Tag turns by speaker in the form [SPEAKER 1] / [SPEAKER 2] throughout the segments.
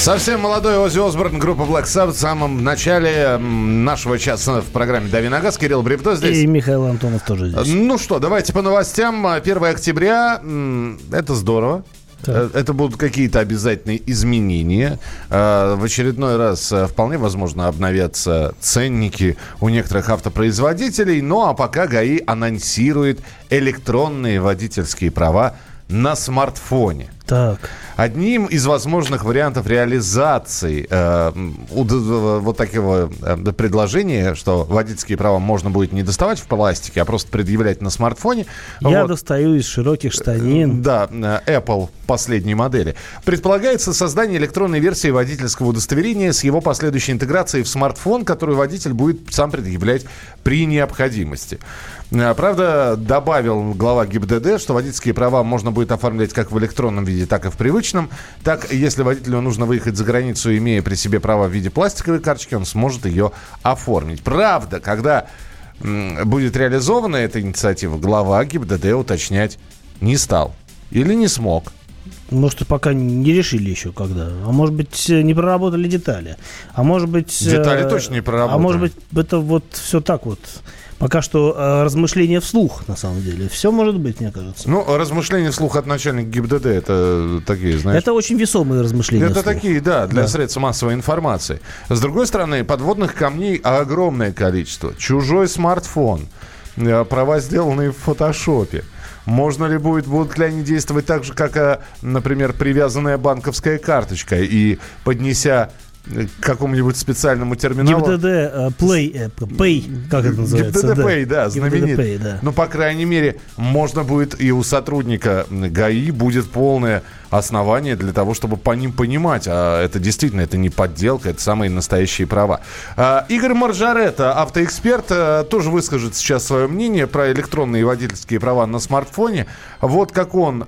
[SPEAKER 1] Совсем молодой Оззи Осборн, группа Black Sabbath в самом начале нашего часа в программе «Дави на газ». Кирилл Бревдо здесь.
[SPEAKER 2] И Михаил Антонов тоже здесь.
[SPEAKER 1] Ну что, давайте по новостям. 1 октября. Это здорово. Так. Это будут какие-то обязательные изменения. В очередной раз вполне возможно обновятся ценники у некоторых автопроизводителей. Ну а пока ГАИ анонсирует электронные водительские права на смартфоне.
[SPEAKER 2] Так.
[SPEAKER 1] Одним из возможных вариантов реализации вот такого предложения, что водительские права можно будет не доставать в пластике, а просто предъявлять на смартфоне.
[SPEAKER 2] Я достаю из широких штанин.
[SPEAKER 1] Да, Apple последней модели. Предполагается создание электронной версии водительского удостоверения с его последующей интеграцией в смартфон, которую водитель будет сам предъявлять при необходимости. Правда, добавил глава ГИБДД, что водительские права можно будет оформлять как в электронном виде, так и в привычном. Так, если водителю нужно выехать за границу, имея при себе права в виде пластиковой карточки, он сможет ее оформить. Правда, когда будет реализована эта инициатива, глава ГИБДД уточнять не стал или не смог.
[SPEAKER 2] Может, пока не решили еще когда. А может быть, не проработали детали. А может быть...
[SPEAKER 1] Детали точно не проработали.
[SPEAKER 2] А может быть, это вот все так вот... Пока что размышления вслух, на самом деле. Все может быть, мне кажется.
[SPEAKER 1] Ну, размышления вслух от начальника ГИБДД, это такие, знаешь...
[SPEAKER 2] Это очень весомые размышления
[SPEAKER 1] Это
[SPEAKER 2] вслух.
[SPEAKER 1] такие, да, для средств массовой информации. С другой стороны, подводных камней огромное количество. Чужой смартфон, права, сделанные в фотошопе. Можно ли будут ли они действовать так же, как, например, привязанная банковская карточка, и поднеся к какому-нибудь специальному терминалу...
[SPEAKER 2] ГИБДД Pay, как это называется?
[SPEAKER 1] ГИБДД Pay, да, знаменит.
[SPEAKER 2] Pay, да.
[SPEAKER 1] Ну, по крайней мере, можно будет, и у сотрудника ГАИ будет полное основание для того, чтобы по ним понимать, а это действительно, это не подделка, это самые настоящие права. Игорь Маржаретта, автоэксперт, тоже выскажет сейчас свое мнение про электронные водительские права на смартфоне. Вот как он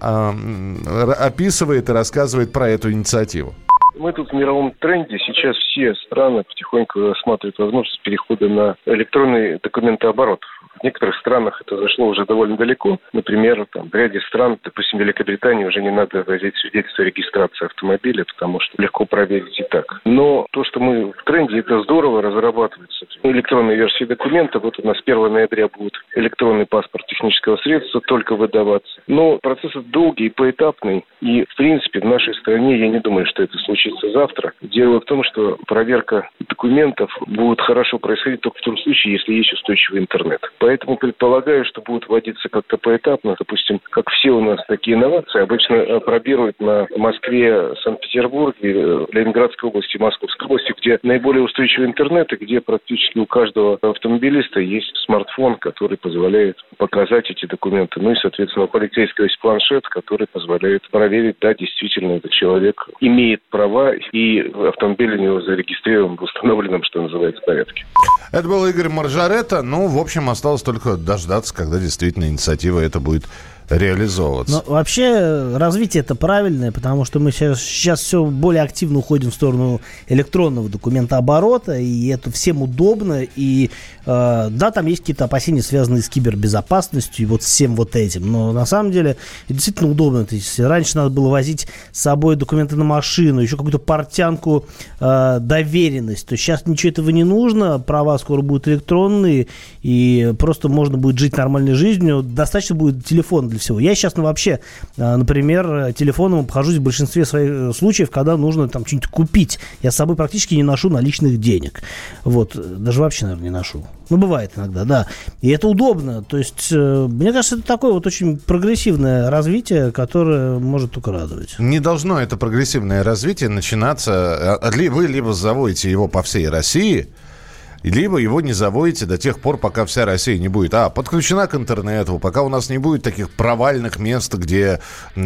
[SPEAKER 1] описывает и рассказывает про эту инициативу.
[SPEAKER 3] Мы тут в мировом тренде. Сейчас все страны потихоньку рассматривают возможность перехода на электронный документооборот. В некоторых странах это зашло уже довольно далеко. Например, в ряде стран, допустим, в Великобритании, уже не надо возить свидетельство о регистрации автомобиля, потому что легко проверить и так. Но то, что мы в тренде, это здорово, разрабатывается. Электронная версия документа. Вот у нас 1 ноября будет электронный паспорт технического средства только выдаваться. Но процесс долгий и поэтапный. И, в принципе, в нашей стране я не думаю, что это случится завтра. Дело в том, что проверка документов будет хорошо происходить только в том случае, если есть устойчивый интернет. Поэтому предполагаю, что будут вводиться как-то поэтапно. Допустим, как все у нас такие инновации обычно пробируют на Москве, Санкт-Петербурге, Ленинградской области, Московской области, где наиболее устойчивый интернет и где практически у каждого автомобилиста есть смартфон, который позволяет показать эти документы. Ну и, соответственно, у полицейского есть планшет, который позволяет проверить, да, действительно, этот человек имеет права и автомобиль у него зарегистрирован в установленном, что называется, порядке.
[SPEAKER 1] Это был Игорь Маржаретта. Ну, в общем, осталось только дождаться, когда действительно инициатива эта будет реализовываться.
[SPEAKER 2] Но вообще развитие это правильное, потому что мы сейчас все более активно уходим в сторону электронного документооборота, и это всем удобно, и да, там есть какие-то опасения, связанные с кибербезопасностью и вот всем вот этим, но на самом деле это действительно удобно. То есть раньше надо было возить с собой документы на машину, еще какую-то портянку доверенность, то есть сейчас ничего этого не нужно, права скоро будут электронные, и просто можно будет жить нормальной жизнью, достаточно будет телефона для всего. Я сейчас вообще, например, телефоном обхожусь в большинстве своих случаев, когда нужно там что-нибудь купить. Я с собой практически не ношу наличных денег. Вот. Даже вообще, наверное, не ношу. Ну, бывает иногда, да. И это удобно. То есть, мне кажется, это такое вот очень прогрессивное развитие, которое может только радовать.
[SPEAKER 1] Не должно это прогрессивное развитие начинаться... Вы либо заводите его по всей России, либо его не заводите до тех пор, пока вся Россия не будет подключена к интернету, пока у нас не будет таких провальных мест, где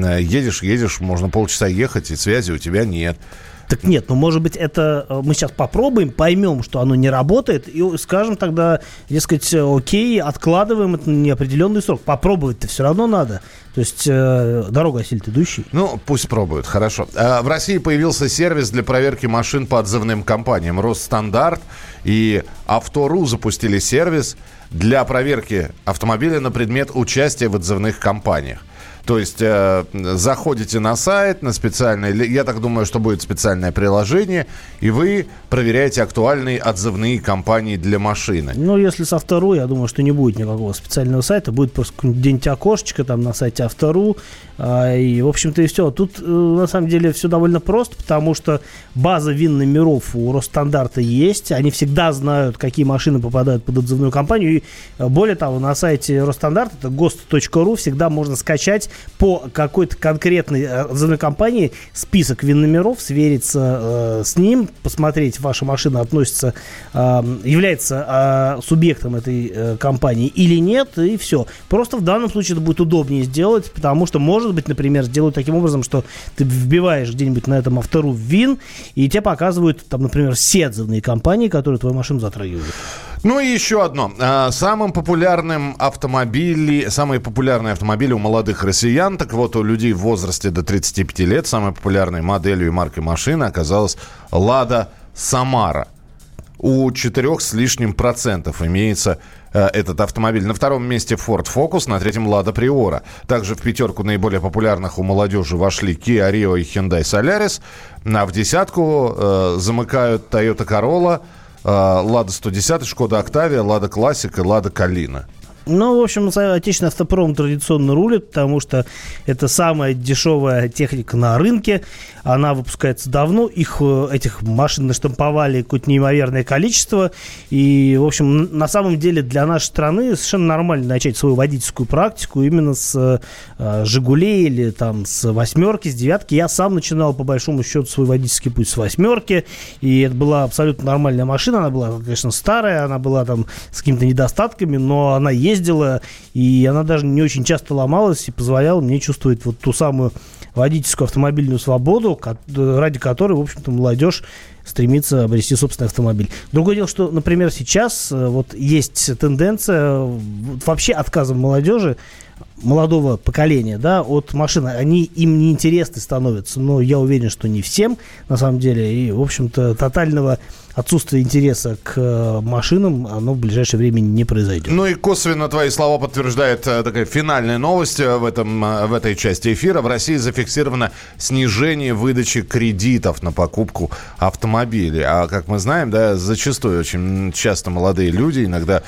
[SPEAKER 1] едешь, можно полчаса ехать, и связи у тебя нет.
[SPEAKER 2] Так нет, ну, может быть, это мы сейчас попробуем, поймем, что оно не работает, и скажем тогда, дескать, окей, откладываем это на неопределенный срок. Попробовать-то все равно надо. То есть дорога осилит идущий.
[SPEAKER 1] Ну, пусть пробуют, хорошо. В России появился сервис для проверки машин по отзывным компаниям. Росстандарт и Авто.ру запустили сервис для проверки автомобиля на предмет участия в отзывных компаниях. То есть заходите на сайт, на специальное, я так думаю, что будет специальное приложение, и вы проверяете актуальные отзывные кампании для машины.
[SPEAKER 2] Ну, если с Авто.ру, я думаю, что не будет никакого специального сайта, будет просто где-нибудь окошечко там на сайте Авто.ру, и, в общем-то, и все. Тут, на самом деле, все довольно просто, потому что база ВИН-номеров у Росстандарта есть, они всегда знают, какие машины попадают под отзывную кампанию, и, более того, на сайте Росстандарта, это ГОСТ.ру, всегда можно скачать по какой-то конкретной отзывной кампании список ВИН-номеров, свериться с ним, посмотреть, ваша машина относится, является субъектом этой компании или нет, и все. Просто в данном случае это будет удобнее сделать, потому что, может быть, например, сделают таким образом, что ты вбиваешь где-нибудь на этом Авто.ру ВИН, и тебе показывают, там, например, все отзывные компании, которые твою машину затрагивают.
[SPEAKER 1] Ну и еще одно. Самые популярные автомобили у молодых россиян, так вот, у людей в возрасте до 35 лет, самой популярной моделью и маркой машины оказалась «Лада Самара». У 4 с лишним процентов имеется этот автомобиль. На втором месте Ford Focus, на третьем Lada Priora. Также в пятерку наиболее популярных у молодежи вошли Kia Rio и Hyundai Solaris. А в десятку замыкают Toyota Corolla, Lada 110, Skoda Octavia, Lada Classic и Lada Kalina.
[SPEAKER 2] Ну, в общем, отечественный автопром традиционно рулит, потому что это самая дешевая техника на рынке. Она выпускается давно. Этих машин наштамповали какое-то неимоверное количество. И, в общем, на самом деле для нашей страны совершенно нормально начать свою водительскую практику именно с «Жигулей» или там с «Восьмерки», с «Девятки». Я сам начинал, по большому счету, свой водительский путь с «Восьмерки». И это была абсолютно нормальная машина. Она была, конечно, старая, она была там с какими-то недостатками, но она ездила, и она даже не очень часто ломалась и позволяла мне чувствовать вот ту самую водительскую автомобильную свободу, ради которой, в общем-то, молодежь стремится обрести собственный автомобиль. Другое дело, что, например, сейчас вот есть тенденция вообще отказа молодежи, молодого поколения, да, от машин. Они им неинтересны становятся, но я уверен, что не всем, на самом деле. И, в общем-то, тотального отсутствия интереса к машинам, оно в ближайшее время не произойдет.
[SPEAKER 1] Ну и косвенно твои слова подтверждает такая финальная новость в этой части эфира. В России зафиксировано снижение выдачи кредитов на покупку автомобилей. А как мы знаем, да, зачастую очень часто молодые люди иногда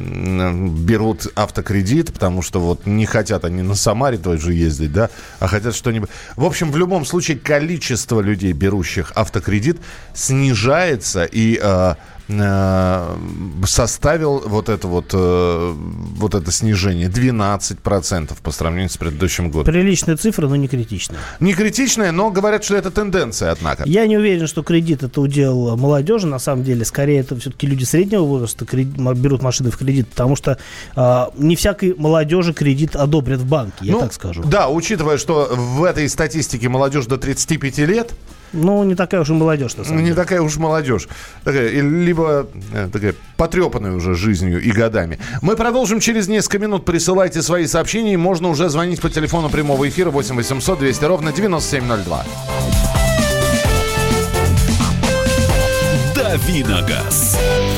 [SPEAKER 1] берут автокредит, потому что вот не хотят они на Самаре той же ездить, да, а хотят что-нибудь. В общем, в любом случае количество людей, берущих автокредит, снижается и составил вот это снижение 12% по сравнению с предыдущим годом.
[SPEAKER 2] Приличная цифра, но не критичная.
[SPEAKER 1] Не критичная, но говорят, что это тенденция, однако.
[SPEAKER 2] Я не уверен, что кредит — это удел молодежи, на самом деле. Скорее, это все-таки люди среднего возраста берут машины в кредит, потому что не всякой молодежи кредит одобрят в банке, я так скажу.
[SPEAKER 1] Да, учитывая, что в этой статистике молодежь до 35 лет...
[SPEAKER 2] Ну, не такая уж и молодежь, на самом деле.
[SPEAKER 1] Не такая уж молодежь. Либо такая потрепанная уже жизнью и годами. Мы продолжим через несколько минут. Присылайте свои сообщения. Можно уже звонить по телефону прямого эфира 8 800 200 ровно 9702.
[SPEAKER 4] Давиногаз.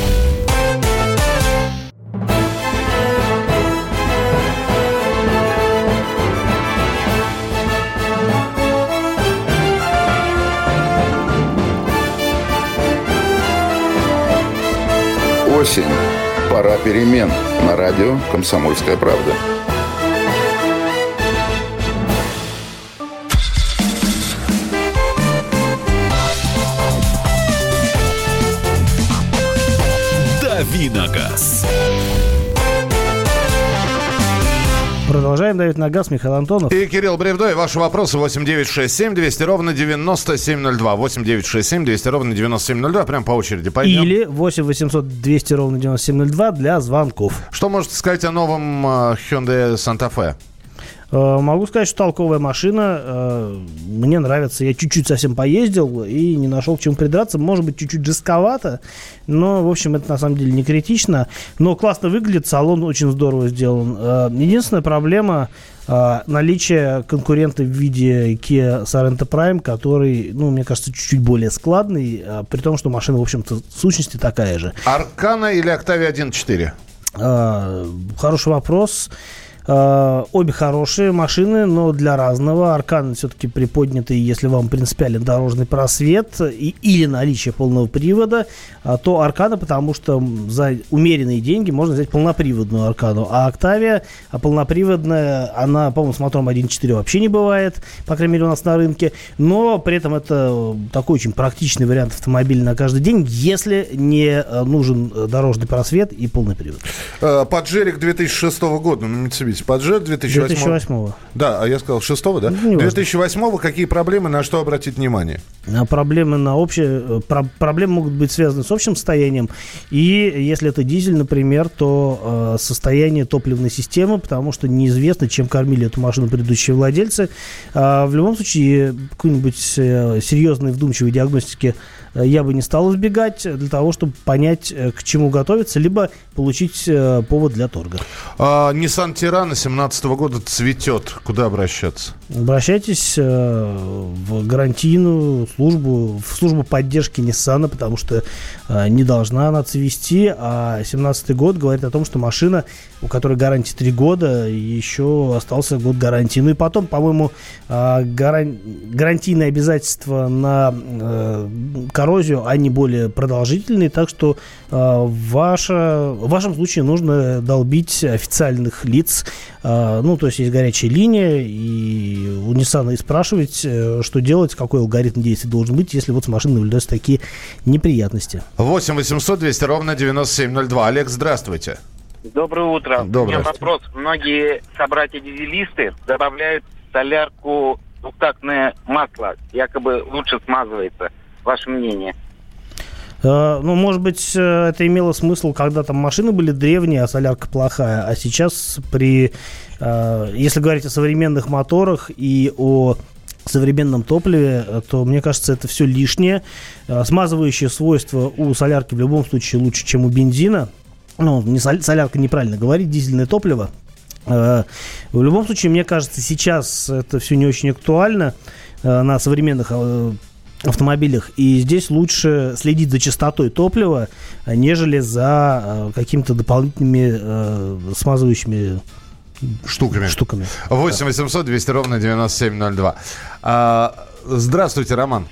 [SPEAKER 5] Осень. Пора перемен. На радио «Комсомольская правда».
[SPEAKER 4] Давиногаз.
[SPEAKER 2] Продолжаем давить на газ. Михаил Антонов.
[SPEAKER 1] И Кирилл Бревдо. И ваши вопросы 8 9 6 7 200 ровно 9702. 8 9 6 7 200 ровно 9702. Прям по очереди пойдем.
[SPEAKER 2] Или 8 800 200 ровно 9702 для звонков.
[SPEAKER 1] Что можете сказать о новом Hyundai Santa Fe?
[SPEAKER 2] Могу сказать, что толковая машина. Мне нравится. Я чуть-чуть совсем поездил и не нашел к чему придраться. Может быть, чуть-чуть жестковато, но, в общем, это на самом деле не критично. Но классно выглядит, салон очень здорово сделан. Единственная проблема — наличие конкурента в виде Kia Sorento Prime, который, мне кажется, чуть-чуть более складный, при том, что машина, в общем-то, в сущности такая же.
[SPEAKER 1] Аркана или Octavia 1.4?
[SPEAKER 2] Хороший вопрос. Обе хорошие машины, но для разного. Аркан все-таки приподнятый, если вам принципиален дорожный просвет или наличие полного привода, то Аркана, потому что за умеренные деньги можно взять полноприводную Аркану. А Октавия полноприводная, она, по-моему, с мотором 1.4 вообще не бывает, по крайней мере, у нас на рынке. Но при этом это такой очень практичный вариант автомобиля на каждый день, если не нужен дорожный просвет и полный привод.
[SPEAKER 1] Паджерик 2006 года, Mitsubishi Паджер 2008. Да, а я сказал 6-го, да? 2008-го. Какие проблемы, на что обратить внимание?
[SPEAKER 2] Проблемы проблемы могут быть связаны с общим состоянием. И если это дизель, например, то состояние топливной системы, потому что неизвестно, чем кормили эту машину предыдущие владельцы. В любом случае, какой-нибудь серьезной вдумчивой диагностики я бы не стал избегать для того, чтобы понять, к чему готовиться, либо получить повод для торга.
[SPEAKER 1] Nissan Terrano 2017 года цветет. Куда обращаться?
[SPEAKER 2] Обращайтесь в гарантийную службу, в службу поддержки Nissan, потому что не должна она цвести, а 2017 год говорит о том, что машина, у которой гарантия 3 года, еще остался год гарантии. Ну и потом, по-моему, гарантийные обязательства на коррозию, они более продолжительные, так что в вашем случае нужно долбить официальных лиц, то есть есть горячая линия, и у Nissan и спрашивать, что делать, какой алгоритм действий должен быть, если вот с машины наблюдаются такие неприятности.
[SPEAKER 1] 8 800 200 ровно 9702. Олег, здравствуйте.
[SPEAKER 4] Доброе утро.
[SPEAKER 1] Доброе.
[SPEAKER 4] У меня вопрос. Многие собратья-дизелисты добавляют в солярку двухтактное масло, якобы лучше смазывается. Ваше мнение?
[SPEAKER 2] Может быть, это имело смысл, когда там машины были древние, а солярка плохая. А сейчас, если говорить о современных моторах и о современном топливе, то, мне кажется, это все лишнее. Смазывающие свойства у солярки в любом случае лучше, чем у бензина. Солярка неправильно говорить, дизельное топливо. В любом случае, мне кажется, сейчас это все не очень актуально на современных автомобилях, и здесь лучше следить за частотой топлива, нежели за какими-то дополнительными смазывающими штуками.
[SPEAKER 1] 8 800 200 ровно 9702. Здравствуйте, Роман.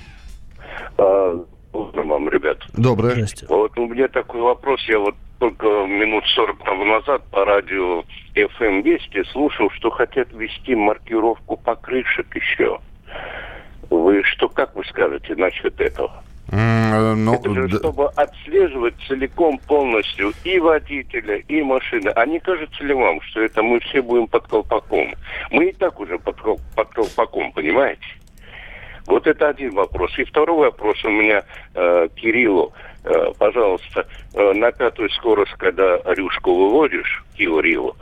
[SPEAKER 6] Доброе вам, ребят.
[SPEAKER 1] Доброе.
[SPEAKER 6] Вот у меня такой вопрос. Я вот только минут 40 тому назад по радио FM Вести слушал, что хотят ввести маркировку покрышек еще. Как вы скажете насчет этого? Это же чтобы отслеживать целиком полностью и водителя, и машины. А не кажется ли вам, что это мы все будем под колпаком? Мы и так уже под колпаком, понимаете? Вот это один вопрос. И второй вопрос у меня Кириллу. Пожалуйста, на 5-ю скорость, когда рюшку выводишь, Кио-Рио,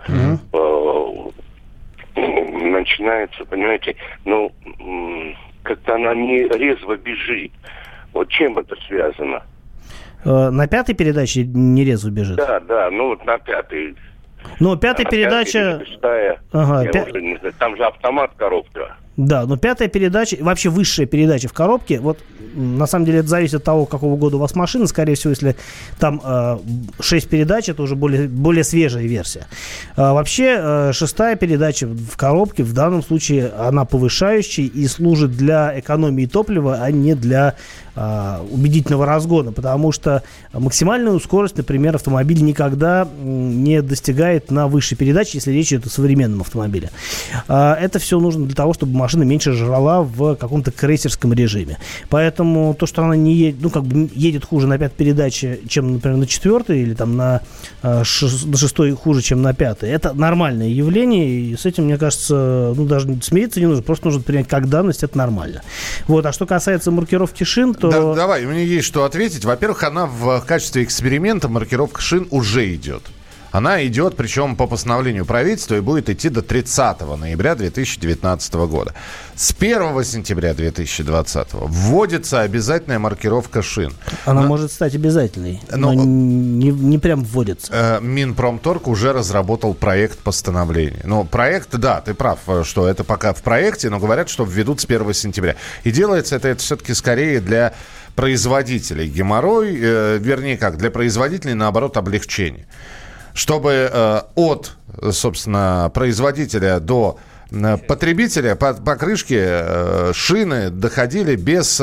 [SPEAKER 6] начинается, понимаете, как-то она не резво бежит. Вот чем это связано?
[SPEAKER 2] На 5-й передаче не резво бежит?
[SPEAKER 6] Да, на 5-й.
[SPEAKER 2] Но 5-я передача...
[SPEAKER 6] Уже не знаю, там же автомат, коробка.
[SPEAKER 2] Да, но 5-я передача, вообще высшая передача в коробке, вот на самом деле это зависит от того, какого года у вас машина. Скорее всего, если там 6 передач, это уже более свежая версия. Вообще, 6-я передача в коробке, в данном случае, она повышающая и служит для экономии топлива, а не для убедительного разгона, потому что максимальную скорость, например, автомобиль никогда не достигает на высшей передаче, если речь идет о современном автомобиле. Это все нужно для того, чтобы машина меньше жрала в каком-то крейсерском режиме. Поэтому то, что она не едет хуже на 5-й передаче, чем, например, на 4-й, или там на 6-й хуже, чем на 5-й, это нормальное явление, и с этим, мне кажется, даже смириться не нужно, просто нужно принять как данность, это нормально. Вот. А что касается маркировки шин, то...
[SPEAKER 1] Да, давай, у меня есть что ответить. Во-первых, она в качестве эксперимента, маркировка шин уже идет. Она идет, причем по постановлению правительства, и будет идти до 30 ноября 2019 года. С 1 сентября 2020 вводится обязательная маркировка шин.
[SPEAKER 2] Она может стать обязательной, но не прям вводится.
[SPEAKER 1] Минпромторг уже разработал проект постановления. Проект, да, ты прав, что это пока в проекте, но говорят, что введут с 1 сентября. И делается это все-таки скорее для производителей. Геморрой, для производителей, наоборот, облегчение. чтобы от, собственно, производителя до потребителя покрышки, шины доходили без,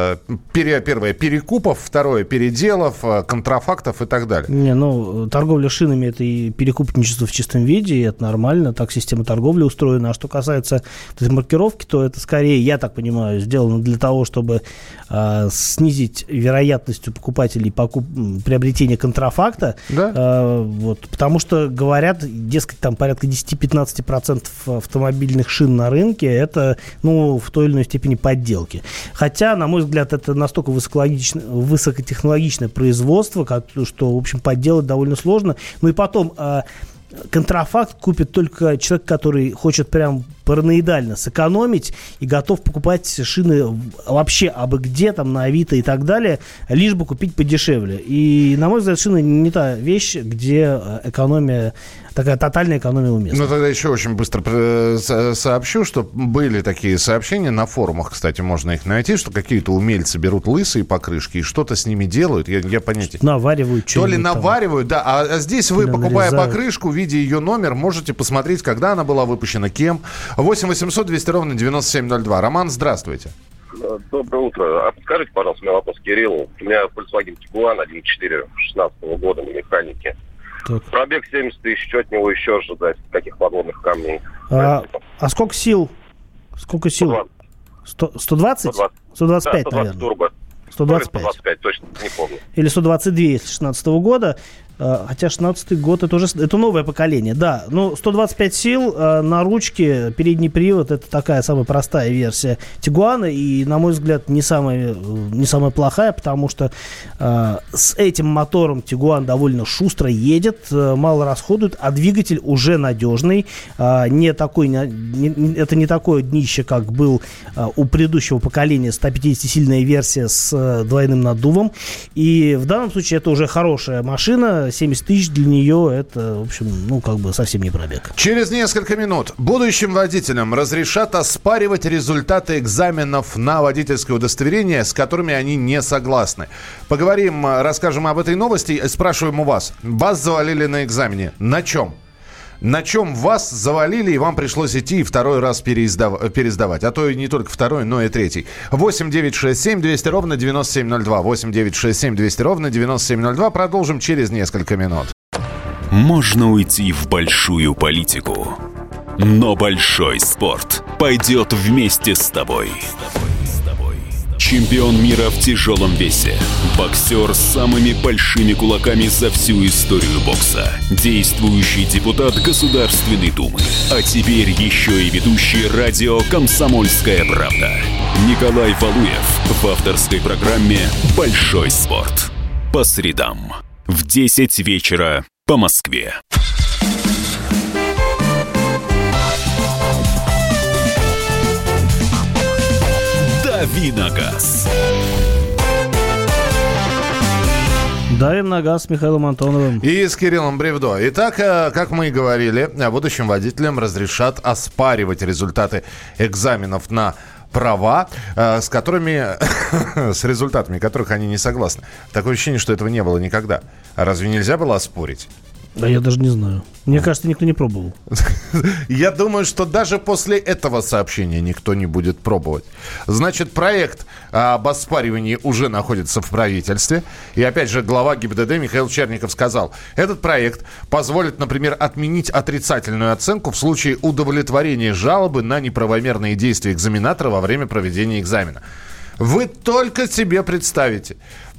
[SPEAKER 1] первое, перекупов, второе, переделов, контрафактов и так далее.
[SPEAKER 2] Торговля шинами – это и перекупничество в чистом виде, и это нормально, так система торговли устроена. А что касается этой маркировки, то это скорее, я так понимаю, сделано для того, чтобы снизить вероятность у покупателей приобретения контрафакта. Да? Потому что говорят, дескать, там порядка 10-15% автомобильных шин на рынке это, в той или иной степени подделки. Хотя, на мой взгляд, это настолько высокотехнологичное производство, что, в общем, подделать довольно сложно. И потом, контрафакт купит только человек, который хочет прям параноидально сэкономить и готов покупать шины вообще абы где, там, на Авито и так далее, лишь бы купить подешевле. И, на мой взгляд, шины не та вещь, где экономия, такая тотальная экономия уместна.
[SPEAKER 1] Тогда еще очень быстро сообщу, что были такие сообщения на форумах, кстати, можно их найти, что какие-то умельцы берут лысые покрышки и что-то с ними делают. Я понятия.
[SPEAKER 2] Наваривают что-нибудь.
[SPEAKER 1] То ли наваривают, да. А здесь вы, покупая покрышку, видя ее номер, можете посмотреть, когда она была выпущена, кем. 8 800 200 ровно 9702. Роман, здравствуйте.
[SPEAKER 6] Доброе утро. А подскажите, пожалуйста, у меня вопрос к Кириллу. У меня Volkswagen Tiguan 1.4 16 года на механике. Так. Пробег 70 тысяч, что от него еще ожидать? Каких подводных камней?
[SPEAKER 2] А сколько сил? 120. 120? 125, да, наверное.
[SPEAKER 6] Турбо.
[SPEAKER 2] 125.
[SPEAKER 6] 125, точно не помню.
[SPEAKER 2] Или 122, если 16 года. Хотя 16-й год это новое поколение. Да, 125 сил на ручке, передний привод, это такая самая простая версия Тигуана. И, на мой взгляд, не самая плохая, потому что с этим мотором Тигуан довольно шустро едет, мало расходует, а двигатель уже надежный. Это не такое днище, как был у предыдущего поколения 150-сильная версия с двойным наддувом. И в данном случае это уже хорошая машина. 70 тысяч для нее это, в общем, совсем не пробег.
[SPEAKER 1] Через несколько минут будущим водителям разрешат оспаривать результаты экзаменов на водительское удостоверение, с которыми они не согласны. Поговорим, расскажем об этой новости. Спрашиваем у вас. Вас завалили на экзамене. На чем? На чем вас завалили, и вам пришлось идти и второй раз пересдавать. А то и не только второй, но и третий. 8 9 6 7 200 ровно 9702. 8 9 6 7 200 ровно 9702. Продолжим через несколько минут.
[SPEAKER 7] Можно уйти в большую политику, но большой спорт пойдет вместе с тобой. Чемпион мира в тяжелом весе. Боксер с самыми большими кулаками за всю историю бокса. Действующий депутат Государственной Думы. А теперь еще и ведущий радио «Комсомольская правда». Николай Валуев в авторской программе «Большой спорт». По средам в 10 вечера по Москве. «Дави на газ».
[SPEAKER 2] Давим на газ с Михаилом Антоновым.
[SPEAKER 1] И с Кириллом Бревдо. Итак, как мы и говорили, будущим водителям разрешат оспаривать результаты экзаменов на права, с результатами которых они не согласны. Такое ощущение, что этого не было никогда. А разве нельзя было оспорить?
[SPEAKER 2] Да я даже не знаю. Мне кажется, никто не пробовал.
[SPEAKER 1] Я думаю, что даже после этого сообщения никто не будет пробовать. Значит, проект об оспаривании уже находится в правительстве. И опять же, глава ГИБДД Михаил Черников сказал, этот проект позволит, например, отменить отрицательную оценку в случае удовлетворения жалобы на неправомерные действия экзаменатора во время проведения экзамена. Вы только себе представьте,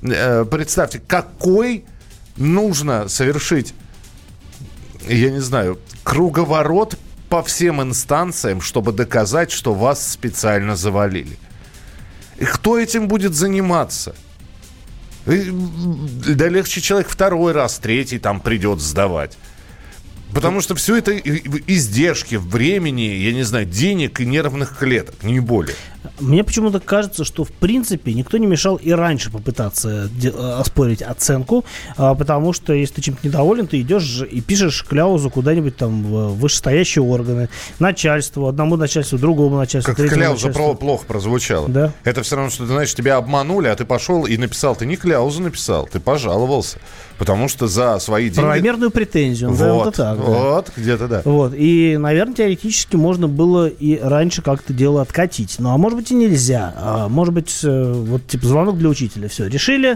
[SPEAKER 1] какой нужно совершить, я не знаю, круговорот по всем инстанциям, чтобы доказать, что вас специально завалили. И кто этим будет заниматься? Да легче человек второй раз, третий там придет сдавать. Потому что все это издержки времени, я не знаю, денег и нервных клеток, не более.
[SPEAKER 2] Мне почему-то кажется, что в принципе никто не мешал и раньше попытаться оспорить оценку, потому что если ты чем-то недоволен, ты идешь и пишешь кляузу куда-нибудь там в вышестоящие органы, начальству, одному начальству, другому начальству,
[SPEAKER 1] как кляуза плохо прозвучала.
[SPEAKER 2] Да.
[SPEAKER 1] Это все равно, что ты знаешь, тебя обманули, а ты пошел и написал. Ты не кляузу написал, ты пожаловался. Потому что за свои деньги...
[SPEAKER 2] Правомерную претензию.
[SPEAKER 1] Вот,
[SPEAKER 2] так, да.
[SPEAKER 1] Вот, где-то да.
[SPEAKER 2] Вот. И, наверное, теоретически можно было и раньше как-то дело откатить. Ну, а может быть и нельзя. Может быть, вот типа звонок для учителя. Все, решили,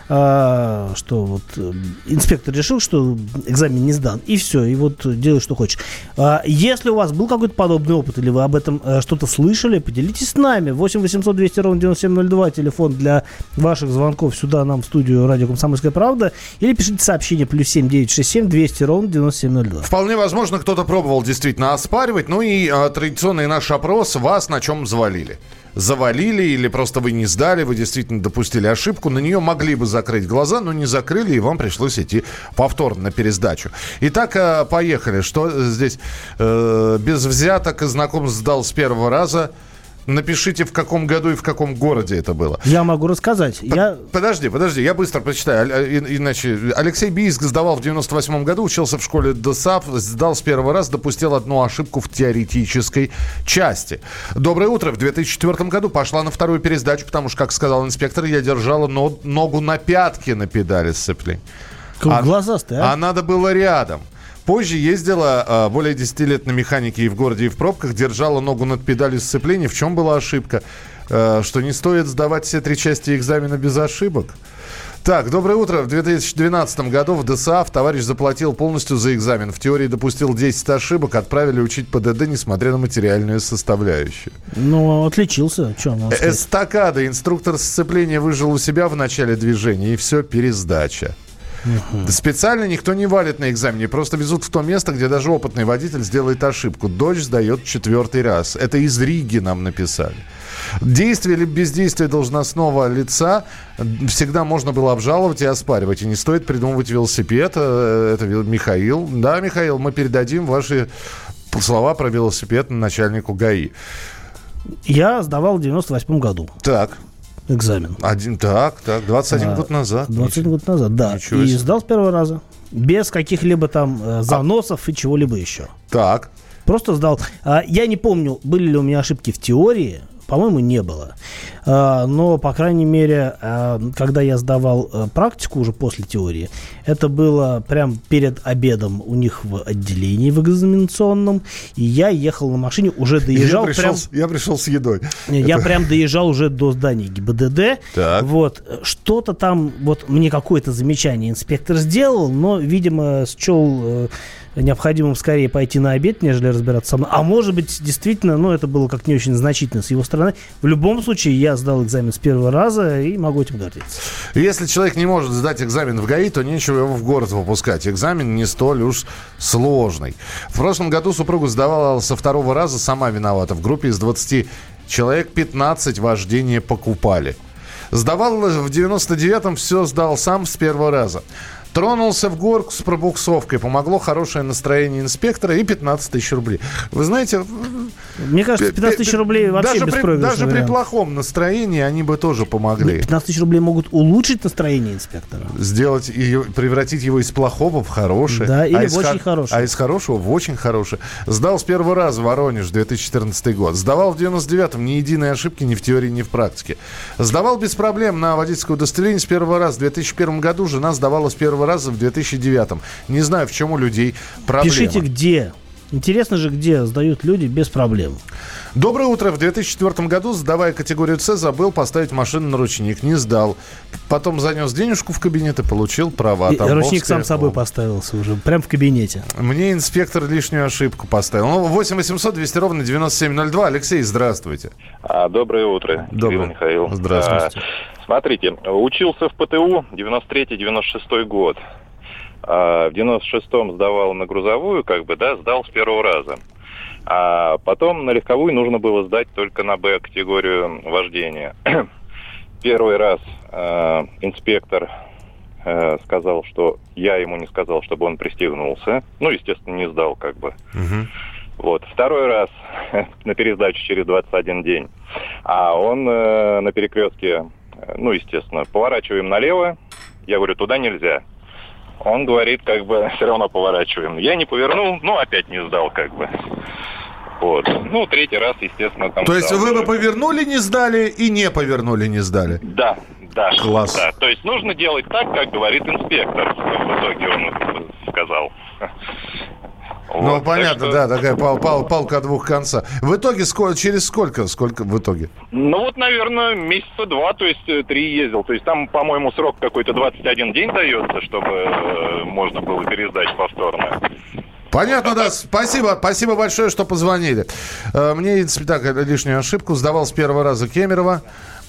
[SPEAKER 2] что вот инспектор решил, что экзамен не сдан. И все, и вот делай, что хочешь. Если у вас был какой-то подобный опыт, или вы об этом что-то слышали, поделитесь с нами. 8 800 200 ровно 9702, телефон для ваших звонков сюда, нам в студию «Радио Комсомольская правда». Или пишите сообщение +7 967 200 ровно 9702.
[SPEAKER 1] Вполне возможно, кто-то пробовал действительно оспаривать. Ну и традиционный наш опрос: вас на чем завалили или просто вы не сдали, вы действительно допустили ошибку, на нее могли бы закрыть глаза, но не закрыли, и вам пришлось идти повторно на пересдачу. Итак, поехали. Что здесь? Без взяток и знакомств сдал с первого раза. Напишите, в каком году и в каком городе это было.
[SPEAKER 2] Я могу рассказать.
[SPEAKER 1] Подожди, я быстро прочитаю, иначе. Алексей Бийск сдавал в 98 году, учился в школе ДОСААФ, сдал с первого раза, допустил одну ошибку в теоретической части. Доброе утро. В 2004 году пошла на вторую пересдачу, потому что, как сказал инспектор, я держала ногу на пятке на педали сцепления.
[SPEAKER 2] Глазастый,
[SPEAKER 1] а надо было рядом. Позже ездила более 10 лет на механике и в городе, и в пробках, держала ногу над педалью сцепления. В чем была ошибка? Что не стоит сдавать все 3 части экзамена без ошибок? Так, доброе утро. В 2012 году в ДОСААФ товарищ заплатил полностью за экзамен. В теории допустил 10 ошибок, отправили учить ПДД, несмотря на материальную составляющую.
[SPEAKER 2] Ну, отличился.
[SPEAKER 1] Эстакада. Инструктор сцепления выжил у себя в начале движения, и все, пересдача. Специально никто не валит на экзамене, просто везут в то место, где даже опытный водитель сделает ошибку. Дочь сдает 4-й раз. Это из Риги нам написали. Действие или бездействие должностного лица всегда можно было обжаловать и оспаривать. И не стоит придумывать велосипед. Это Михаил. Да, Михаил, мы передадим ваши слова про велосипед начальнику ГАИ.
[SPEAKER 2] Я сдавал в 98 году.
[SPEAKER 1] Так.
[SPEAKER 2] Экзамен.
[SPEAKER 1] 21 год назад.
[SPEAKER 2] 21 год назад, да. И сдал с первого раза. Без каких-либо там заносов и чего-либо еще.
[SPEAKER 1] Так.
[SPEAKER 2] Просто сдал. Я не помню, были ли у меня ошибки в теории. По-моему, не было. Но, по крайней мере, когда я сдавал практику уже после теории, это было прям перед обедом у них в отделении в экзаменационном. И я ехал на машине, уже доезжал.
[SPEAKER 1] Я пришел с едой.
[SPEAKER 2] Я прям доезжал уже до здания ГИБДД.
[SPEAKER 1] Так.
[SPEAKER 2] Вот. Что-то там, вот мне какое-то замечание инспектор сделал, но, видимо, счел необходимым скорее пойти на обед, нежели разбираться со мной. А может быть, действительно, это было как не очень значительно с его стороны. В любом случае, я сдал экзамен с первого раза и могу этим гордиться.
[SPEAKER 1] Если человек не может сдать экзамен в ГАИ, то нечего его в город выпускать. Экзамен не столь уж сложный. В прошлом году супруга сдавала со 2-го раза, сама виновата. В группе из 20 человек 15 вождение покупали. Сдавал в 99-м, все сдал сам с первого раза. Тронулся в горку с пробуксовкой. Помогло хорошее настроение инспектора и 15 тысяч рублей. Вы знаете...
[SPEAKER 2] Мне кажется, 15 тысяч рублей вообще беспроигрышный
[SPEAKER 1] Даже
[SPEAKER 2] вариант.
[SPEAKER 1] при плохом настроении они бы тоже помогли.
[SPEAKER 2] 15 тысяч рублей могут улучшить настроение инспектора.
[SPEAKER 1] Превратить его из плохого в хорошее.
[SPEAKER 2] Да, или в очень хорошее.
[SPEAKER 1] А из хорошего в очень хорошее. Сдал с первого раза в Воронеж, 2014 год. Сдавал в 99-м, ни единой ошибки ни в теории, ни в практике. Сдавал без проблем на водительское удостоверение с первого раза. В 2001 году жена сдавала с первого раза в 2009. Не знаю, в чем у людей проблема.
[SPEAKER 2] Пишите, где. Интересно же, где сдают люди без проблем.
[SPEAKER 1] Доброе утро. В 2004 году, сдавая категорию С, забыл поставить машину на ручник. Не сдал. Потом занес денежку в кабинет и получил права.
[SPEAKER 2] Ручник сам собой поставился уже, прям в кабинете.
[SPEAKER 1] Мне инспектор лишнюю ошибку поставил. 8 800 200 ровно 9702. Алексей, здравствуйте.
[SPEAKER 8] Доброе утро.
[SPEAKER 1] Доброе.
[SPEAKER 8] Михаил.
[SPEAKER 1] Здравствуйте.
[SPEAKER 8] Смотрите, учился в ПТУ 93-96 год. В 96-м сдавал на грузовую, сдал с первого раза. А потом на легковую нужно было сдать только на Б категорию вождения. Первый раз инспектор сказал, что я ему не сказал, чтобы он пристегнулся. Естественно, не сдал . Вот. Второй раз на пересдачу через 21 день. А он на перекрестке, ну, естественно, поворачиваем налево. Я говорю, туда нельзя. Он говорит, как бы, все равно поворачиваем. Я не повернул, ну, опять не сдал, как бы. Вот. Ну, третий раз, естественно, там...
[SPEAKER 1] То есть вы бы повернули, не сдали, и не повернули, не сдали?
[SPEAKER 8] Да.
[SPEAKER 1] Класс.
[SPEAKER 8] Да. То есть нужно делать так, как говорит инспектор. В итоге он сказал.
[SPEAKER 1] Ну,
[SPEAKER 8] Вот,
[SPEAKER 1] понятно,
[SPEAKER 8] что...
[SPEAKER 1] да, такая палка о двух концах. В итоге через сколько в итоге?
[SPEAKER 8] Ну, вот, наверное, месяца 2, то есть 3 ездил. То есть там, по-моему, срок какой-то 21 день дается, чтобы можно было пересдать повторно.
[SPEAKER 1] Понятно, да. Спасибо большое, что позвонили. Мне так лишнюю ошибку. Сдавал с первого раза Кемерово.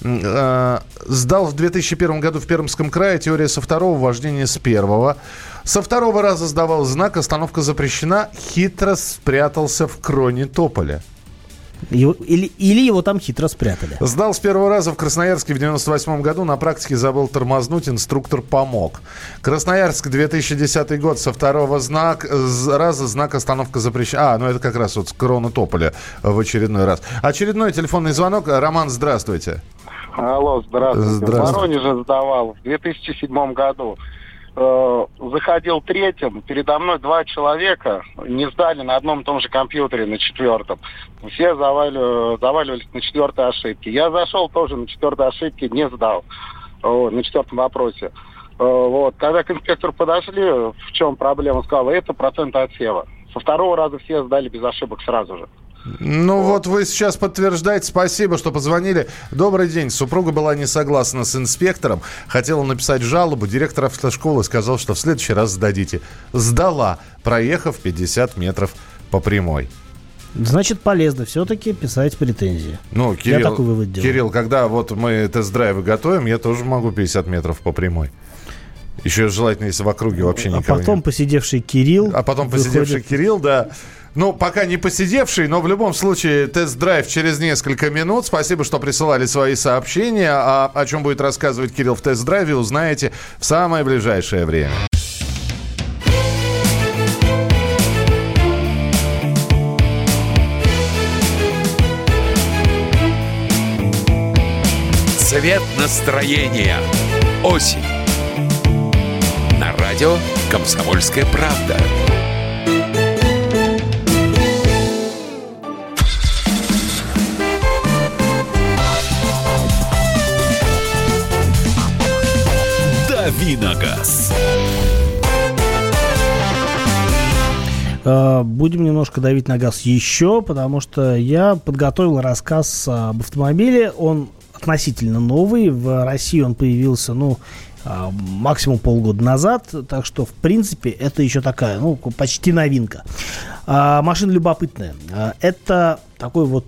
[SPEAKER 1] Сдал в 2001 году в Пермском крае. Теория со второго, вождение с первого. Со второго раза сдавал знак «Остановка запрещена». Хитро спрятался в кроне тополя.
[SPEAKER 2] Или его там хитро спрятали.
[SPEAKER 1] Сдал с первого раза в Красноярске в 98 году. На практике забыл тормознуть, инструктор помог. Красноярск, 2010 год. Со второго раза знак «Остановка запрещена». Ну это как раз вот крона тополя в очередной раз. Очередной телефонный звонок. Роман, здравствуйте.
[SPEAKER 9] Алло, здравствуйте. В Воронеже сдавал в 2007 году. Заходил третьим, передо мной 2 человека не сдали на одном и том же компьютере, на 4-м. Все заваливались на 4-й ошибке. Я зашел тоже на 4-й ошибке, не сдал, на 4-м вопросе. Вот. Когда к инспектору подошли, в чем проблема, сказал, это процент отсева. Со второго раза все сдали без ошибок сразу же.
[SPEAKER 1] Ну вот вы сейчас подтверждаете. Спасибо, что позвонили. Добрый день. Супруга была не согласна с инспектором. Хотела написать жалобу. Директор автошколы сказал, что в следующий раз сдадите. Сдала, проехав 50 метров по прямой.
[SPEAKER 2] Значит, полезно все-таки писать претензии.
[SPEAKER 1] Ну,
[SPEAKER 2] я такой вывод делаю.
[SPEAKER 1] Кирилл, когда вот мы тест-драйвы готовим, я тоже могу 50 метров по прямой. Еще желательно, если в округе вообще никого нет.
[SPEAKER 2] А потом посидевший Кирилл.
[SPEAKER 1] Посидевший Кирилл, да. Ну, пока не посидевший, но в любом случае тест-драйв через несколько минут. Спасибо, что присылали свои сообщения. А о чем будет рассказывать Кирилл в тест-драйве, узнаете в самое ближайшее время.
[SPEAKER 7] Цвет настроения. Осень. На радио «Комсомольская правда». Давиногаз.
[SPEAKER 2] Будем немножко давить на газ еще, потому что я подготовил рассказ об автомобиле. Он относительно новый. В России он появился, максимум полгода назад. Так что, в принципе, это еще такая, почти новинка. Машина любопытная. Это такой вот,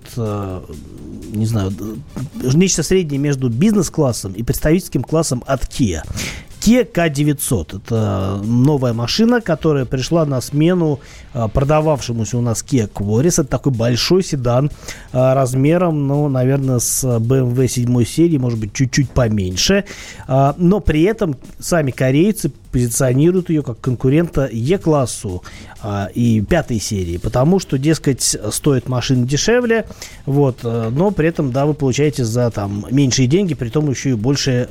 [SPEAKER 2] не знаю, нечто среднее между бизнес-классом и представительским классом от Kia. Kia K900. Это новая машина, которая пришла на смену продававшемуся у нас Kia Quaris. Это такой большой седан размером, наверное, с BMW 7 серии, может быть, чуть-чуть поменьше. Но при этом сами корейцы позиционируют ее как конкурента E-классу и 5 серии, потому что, дескать, стоит машина дешевле, но при этом, вы получаете за меньшие деньги, при том еще и большие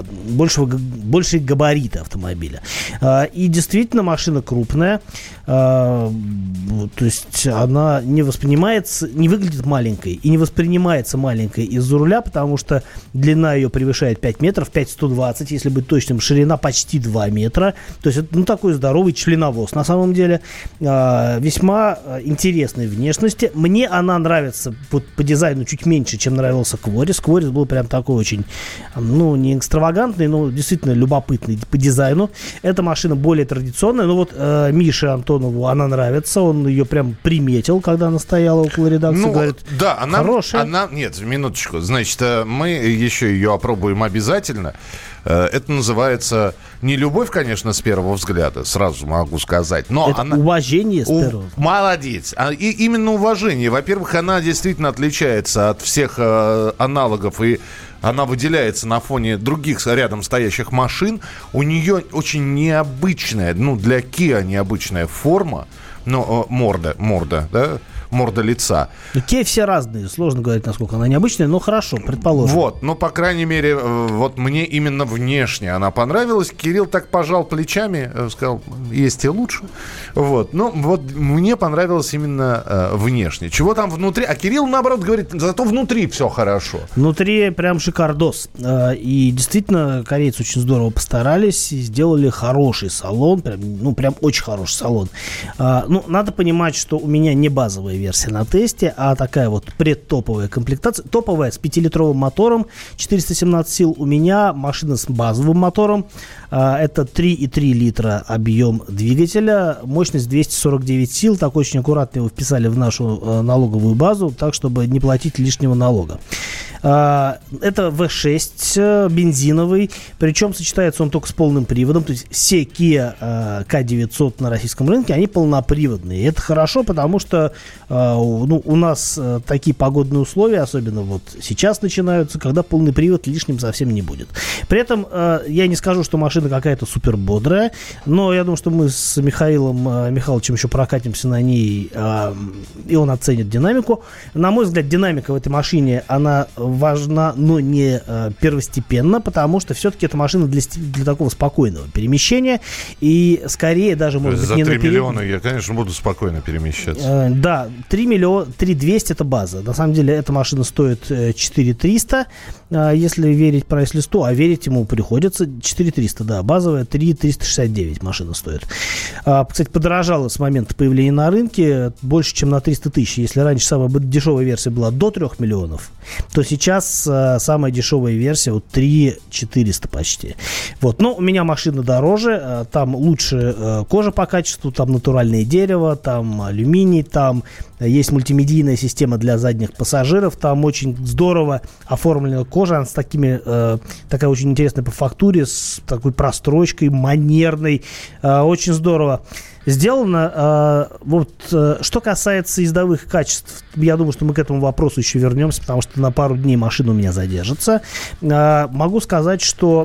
[SPEAKER 2] габариты автомобиля. И действительно машина крупная, то есть она не выглядит маленькой и не воспринимается маленькой из-за руля, потому что длина ее превышает 5 метров, 5,120, если быть точным, ширина почти 2 метра. То есть это такой здоровый членовоз на самом деле. Весьма интересной внешности. Мне она нравится по дизайну чуть меньше, чем нравился Quaris. Quaris был прям такой очень, не экстравагантный, но действительно любопытный по дизайну. Эта машина более традиционная. Мише Антонову она нравится. Он ее прям приметил, когда она стояла около редакции. Говорит,
[SPEAKER 1] да,
[SPEAKER 2] хорошая.
[SPEAKER 1] Нет, минуточку. Значит, мы еще ее опробуем обязательно. Это называется не любовь, конечно, с первого взгляда, сразу могу сказать. Но
[SPEAKER 2] это уважение с первого взгляда.
[SPEAKER 1] Молодец. И именно уважение. Во-первых, она действительно отличается от всех аналогов, и она выделяется на фоне других рядом стоящих машин. У нее очень необычная, для Kia необычная форма. Морда, да? морда лица.
[SPEAKER 2] Kia все разные, сложно говорить, насколько она необычная, но хорошо, предположим.
[SPEAKER 1] Вот, ну, по крайней мере, вот мне именно внешне она понравилась. Кирилл так пожал плечами, сказал, есть и лучше. Вот, ну, вот мне понравилось именно внешне. Чего там внутри? А Кирилл, наоборот, говорит, зато внутри все хорошо.
[SPEAKER 2] Внутри прям шикардос. И действительно, корейцы очень здорово постарались и сделали хороший салон, прям очень хороший салон. Ну, надо понимать, что у меня не базовая версия на тесте, а такая вот предтоповая комплектация. Топовая с 5-литровым мотором, 417 сил. У меня машина с базовым мотором. Это 3,3 литра объем двигателя, мощность 249 сил. Так очень аккуратно его вписали в нашу налоговую базу, так, чтобы не платить лишнего налога. Это V6 бензиновый, причем сочетается он только с полным приводом. То есть все Kia K900 на российском рынке, они полноприводные. И это хорошо, потому что у нас такие погодные условия, особенно вот сейчас начинаются, когда полный привод лишним совсем не будет. При этом я не скажу, что машина какая-то супер бодрая, но я думаю, что мы с Михаилом Михайловичем еще прокатимся на ней, и он оценит динамику. На мой взгляд, динамика в этой машине, она важна, но не первостепенно, потому что все-таки это машина для такого спокойного перемещения, и скорее даже, может быть,
[SPEAKER 1] за
[SPEAKER 2] не
[SPEAKER 1] 3
[SPEAKER 2] на переднем.
[SPEAKER 1] миллиона я, конечно, буду спокойно перемещаться.
[SPEAKER 2] Да, 3 200 это база. На самом деле, эта машина стоит 4 300, если верить прайс-листу, а верить ему приходится. 4 300, да, базовая 3 369 машина стоит. Кстати, подорожала с момента появления на рынке больше, чем на 300 тысяч. Если раньше самая дешевая версия была до 3 миллионов, то сейчас самая дешевая версия вот 3 400 почти. Вот. Но у меня машина дороже, там лучше кожа по качеству, там натуральное дерево, там алюминий, там есть мультимедийная система для задних пассажиров, там очень здорово оформлена кожа, она с такая очень интересная по фактуре, с такой прострочкой манерной, очень здорово сделано. Что касается ездовых качеств, я думаю, что мы к этому вопросу еще вернемся, потому что на пару дней машина у меня задержится. Могу сказать, что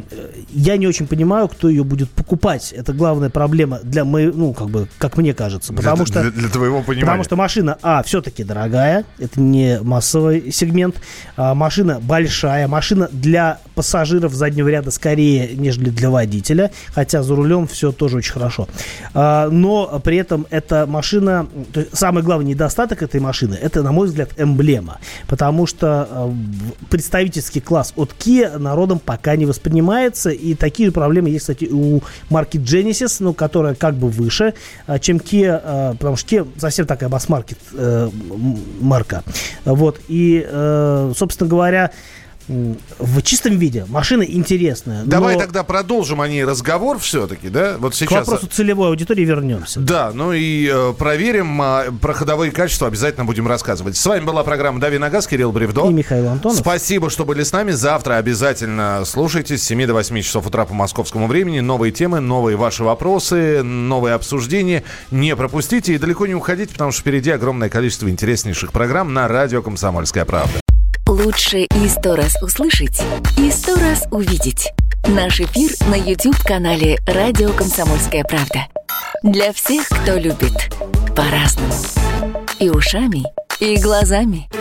[SPEAKER 2] я не очень понимаю, кто ее будет покупать. Это главная проблема для моей, как мне кажется.
[SPEAKER 1] Для твоего понимания.
[SPEAKER 2] Потому что машина, все-таки дорогая, это не массовый сегмент. Машина большая, машина для пассажиров заднего ряда скорее, нежели для водителя, хотя за рулем все тоже очень хорошо. Но при этом эта машина, то есть самый главный недостаток этой машины, это, на мой взгляд, эмблема. Потому что представительский класс от Kia народом пока не воспринимается. И такие же проблемы есть, кстати, у марки Genesis, которая как бы выше, чем Kia, потому что Kia совсем такая масс-маркет марка. Вот. И, собственно говоря, в чистом виде машина интересная.
[SPEAKER 1] Давай тогда продолжим о ней разговор все-таки, да? Вот сейчас...
[SPEAKER 2] К вопросу целевой аудитории вернемся.
[SPEAKER 1] Да, и проверим про ходовые качества, обязательно будем рассказывать. С вами была программа «Дави на газ», Кирилл Бревдо.
[SPEAKER 2] И Михаил Антонов.
[SPEAKER 1] Спасибо, что были с нами. Завтра обязательно слушайте с 7 до 8 часов утра по московскому времени. Новые темы, новые ваши вопросы, новые обсуждения. Не пропустите и далеко не уходите, потому что впереди огромное количество интереснейших программ на радио «Комсомольская правда».
[SPEAKER 10] Лучше и 100 раз услышать, и 100 раз увидеть. Наш эфир на YouTube-канале «Радио Комсомольская правда». Для всех, кто любит по-разному. И ушами, и глазами.